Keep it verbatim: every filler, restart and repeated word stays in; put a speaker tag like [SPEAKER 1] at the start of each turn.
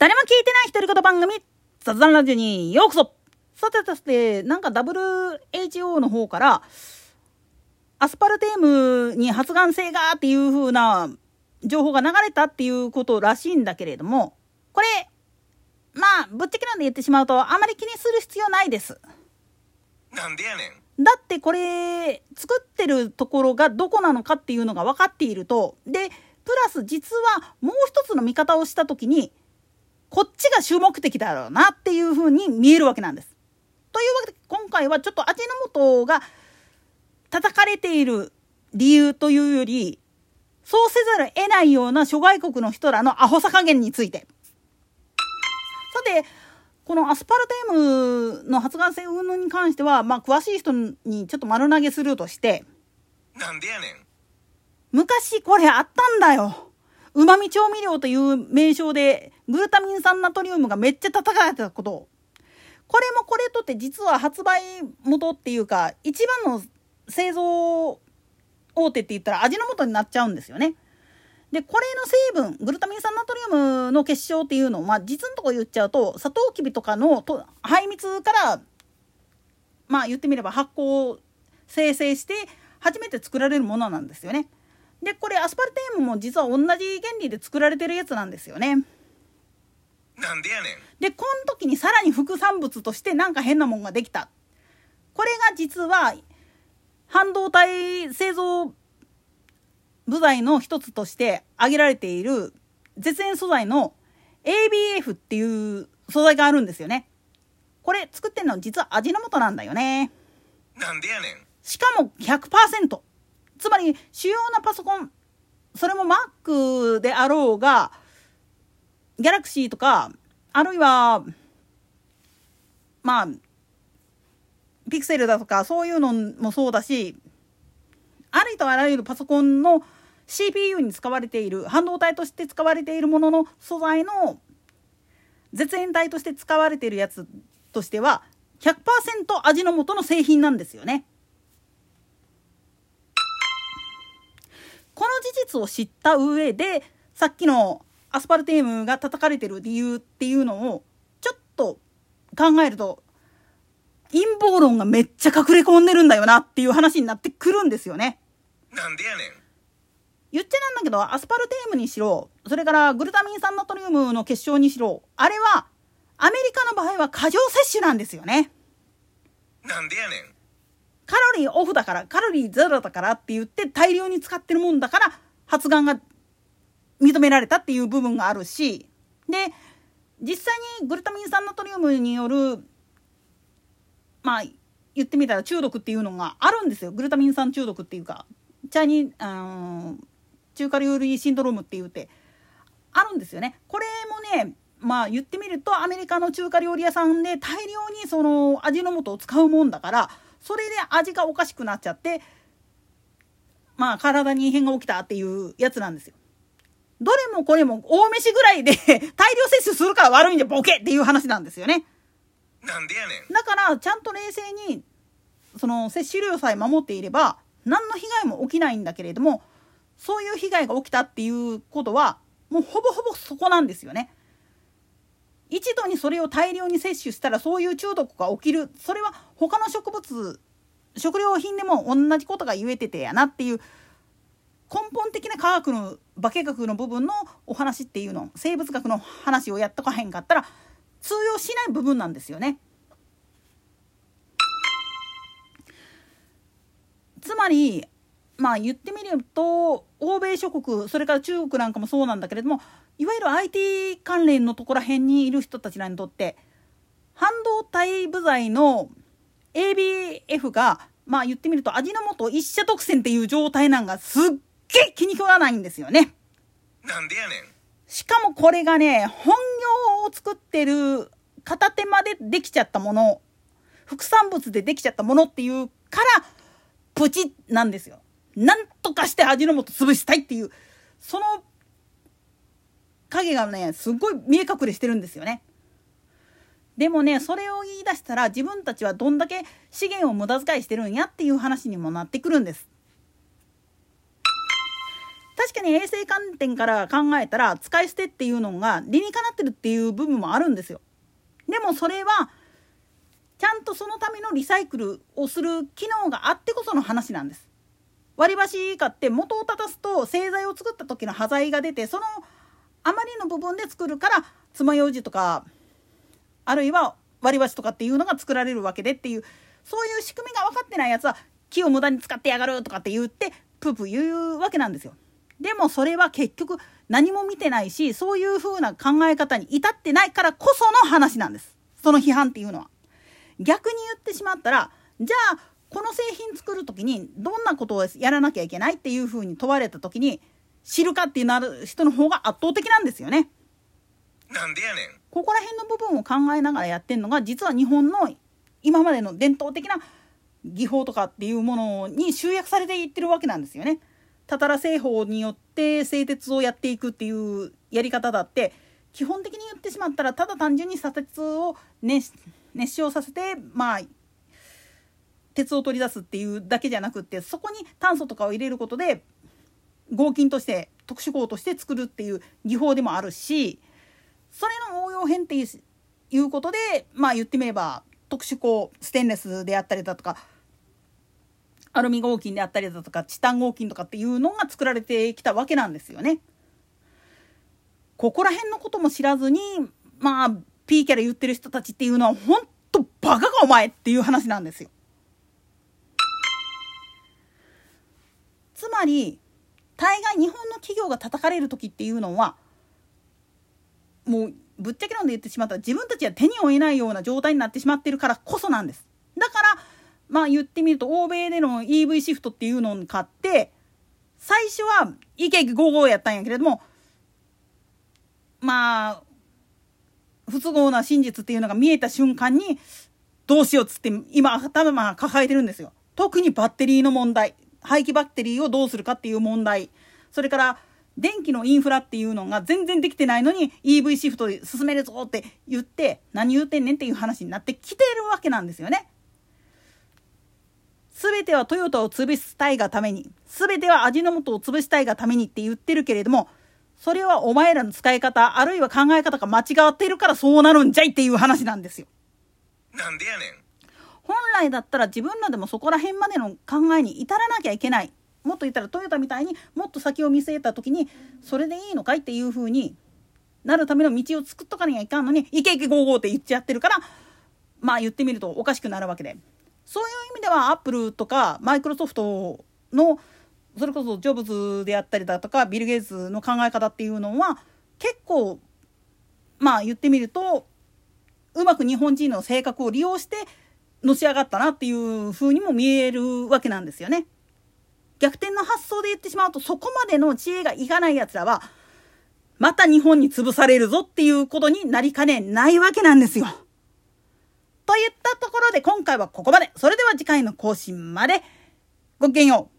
[SPEAKER 1] 誰も聞いてない独り言番組雑談ラジオにようこそ。さてさて、なんか ダブリューエイチオー の方からアスパルテームに発がん性がっていう風な情報が流れたっていうことらしいんだけれども、これまあぶっちゃけなんで言ってしまうとあまり気にする必要ないです。
[SPEAKER 2] なんでやね
[SPEAKER 1] ん。だってこれ作ってるところがどこなのかっていうのが分かっていると、でプラス実はもう一つの見方をしたときにこっちが主目的だろうなっていう風に見えるわけなんです。というわけで今回はちょっと味の素が叩かれている理由というより、そうせざるを得ないような諸外国の人らのアホさ加減について。さてこのアスパルテームの発がん性云々に関しては、まあ詳しい人にちょっと丸投げするとして、
[SPEAKER 2] なんでやねん。
[SPEAKER 1] 昔これあったんだよ。うまみ調味料という名称でグルタミン酸ナトリウムがめっちゃ叩かれてたこと。これもこれとって実は発売元っていうか一番の製造大手って言ったら味の素になっちゃうんですよね。でこれの成分グルタミン酸ナトリウムの結晶っていうのを、まあ、実のとこ言っちゃうとサトウキビとかのと排蜜からまあ言ってみれば発酵生成して初めて作られるものなんですよね。でこれアスパルテームも実は同じ原理で作られてるやつなんですよね。
[SPEAKER 2] なんでやねん。
[SPEAKER 1] でこの時にさらに副産物としてなんか変なもんができた。これが実は半導体製造部材の一つとして挙げられている絶縁素材の エービーエフ っていう素材があるんですよね。これ作ってんの実は味の素なんだよね。
[SPEAKER 2] なんでやねん。
[SPEAKER 1] しかも ひゃくパーセント、 つまり主要なパソコン、それも Mac であろうがギャラクシーとかあるいはまあピクセルだとかそういうのもそうだし、ありとあらゆるパソコンの シーピーユー に使われている半導体として使われているものの素材の絶縁体として使われているやつとしては ひゃくパーセント 味の素の製品なんですよね。この事実を知った上でさっきのアスパルテームが叩かれてる理由っていうのをちょっと考えると陰謀論がめっちゃ隠れ込んでるんだよなっていう話になってくるんですよね。
[SPEAKER 2] なんでやねん。
[SPEAKER 1] 言っちゃなんだけどアスパルテームにしろそれからグルタミン酸ナトリウムの結晶にしろあれはアメリカの場合は過剰摂取なんですよね。
[SPEAKER 2] なんでやねん。
[SPEAKER 1] カロリーオフだからカロリーゼロだからって言って大量に使ってるもんだから発がんが認められたっていう部分があるし、で実際にグルタミン酸ナトリウムによるまあ言ってみたら中毒っていうのがあるんですよ。グルタミン酸中毒っていうかチャイニー、あの中華料理シンドロームって言ってあるんですよね。これもねまあ言ってみるとアメリカの中華料理屋さんで大量にその味の素を使うもんだからそれで味がおかしくなっちゃってまあ体に異変が起きたっていうやつなんですよ。どれもこれも大飯ぐらいで大量摂取するから悪いんじゃボケっていう話なんですよね。
[SPEAKER 2] なんでやねん。
[SPEAKER 1] だからちゃんと冷静にその摂取量さえ守っていれば何の被害も起きないんだけれども、そういう被害が起きたっていうことはもうほぼほぼそこなんですよね。一度にそれを大量に摂取したらそういう中毒が起きる。それは他の植物食料品でも同じことが言えててやなっていう根本的な科学の化学の部分のお話っていうの、生物学の話をやっとかへんかったら通用しない部分なんですよね。つまりまあ言ってみると欧米諸国それから中国なんかもそうなんだけれども、いわゆる アイティー 関連のところら辺にいる人たちらにとって半導体部材の エービーエフ がまあ言ってみると味の素一社独占っていう状態なんがすっげえ気に食わないんですよね。
[SPEAKER 2] なんでやねん。
[SPEAKER 1] しかもこれがね本業を作ってる片手間でできちゃったもの、副産物でできちゃったものっていうからプチなんですよ。なんとかして味の素潰したいっていうその影がねすごい見え隠れしてるんですよね。でもねそれを言い出したら自分たちはどんだけ資源を無駄遣いしてるんやっていう話にもなってくるんです。 確かに衛生観点から考えたら使い捨てっていうのが理にかなってるっていう部分もあるんですよ。でもそれはちゃんとそのためのリサイクルをする機能があってこその話なんです。割り箸買って元を正すと製材を作った時の端材が出て、その余りの部分で作るから爪楊枝とかあるいは割り箸とかっていうのが作られるわけでっていう、そういう仕組みが分かってないやつは木を無駄に使ってやがるとかって言ってプープー言うわけなんですよ。でもそれは結局何も見てないし、そういう風な考え方に至ってないからこその話なんです。その批判っていうのは。逆に言ってしまったら、じゃあこの製品作る時にどんなことをやらなきゃいけないっていう風に問われた時に知るかってなる人の方が圧倒的なんですよね。
[SPEAKER 2] なんでやねん。
[SPEAKER 1] ここら辺の部分を考えながらやってんのが実は日本の今までの伝統的な技法とかっていうものに集約されていってるわけなんですよね。たたら製法によって製鉄をやっていくっていうやり方だって基本的に言ってしまったらただ単純に砂鉄を熱熱焼させてまあ鉄を取り出すっていうだけじゃなくって、そこに炭素とかを入れることで合金として特殊鋼として作るっていう技法でもあるし、それの応用編っていうことでまあ言ってみれば特殊鋼ステンレスであったりだとかアルミ合金であったりだとかチタン合金とかっていうのが作られてきたわけなんですよね。ここら辺のことも知らずにまあ P キャラ言ってる人たちっていうのはほんとバカかお前っていう話なんですよ。つまり大概日本の企業が叩かれる時っていうのはもうぶっちゃけなんで言ってしまったら自分たちは手に負えないような状態になってしまってるからこそなんです。だからまあ言ってみると欧米での イーブイ シフトっていうのを買って最初はイケイケゴーゴーやったんやけれども、まあ不都合な真実っていうのが見えた瞬間にどうしようっつって今頭抱えてるんですよ。特にバッテリーの問題、廃棄バッテリーをどうするかっていう問題、それから電気のインフラっていうのが全然できてないのに イーブイ シフトで進めるぞって言って何言うてんねんっていう話になってきてるわけなんですよね。すべてはトヨタを潰したいがために、すべては味の素を潰したいがためにって言ってるけれども、それはお前らの使い方あるいは考え方が間違っているからそうなるんじゃいっていう話なんですよ。
[SPEAKER 2] なんでやねん。
[SPEAKER 1] 本来だったら自分らでもそこら辺までの考えに至らなきゃいけない。もっと言ったらトヨタみたいにもっと先を見据えた時にそれでいいのかいっていう風になるための道を作っとかなきゃいかんのにイケイケゴーゴーって言っちゃってるから、まあ言ってみるとおかしくなるわけで、そういう意味ではアップルとかマイクロソフトのそれこそジョブズであったりだとかビル・ゲイツの考え方っていうのは結構まあ言ってみるとうまく日本人の性格を利用してのし上がったなっていう風にも見えるわけなんですよね。逆転の発想で言ってしまうとそこまでの知恵がいかないやつらはまた日本に潰されるぞっていうことになりかねないわけなんですよ。といったところで今回はここまで。それでは次回の更新までごきげんよう。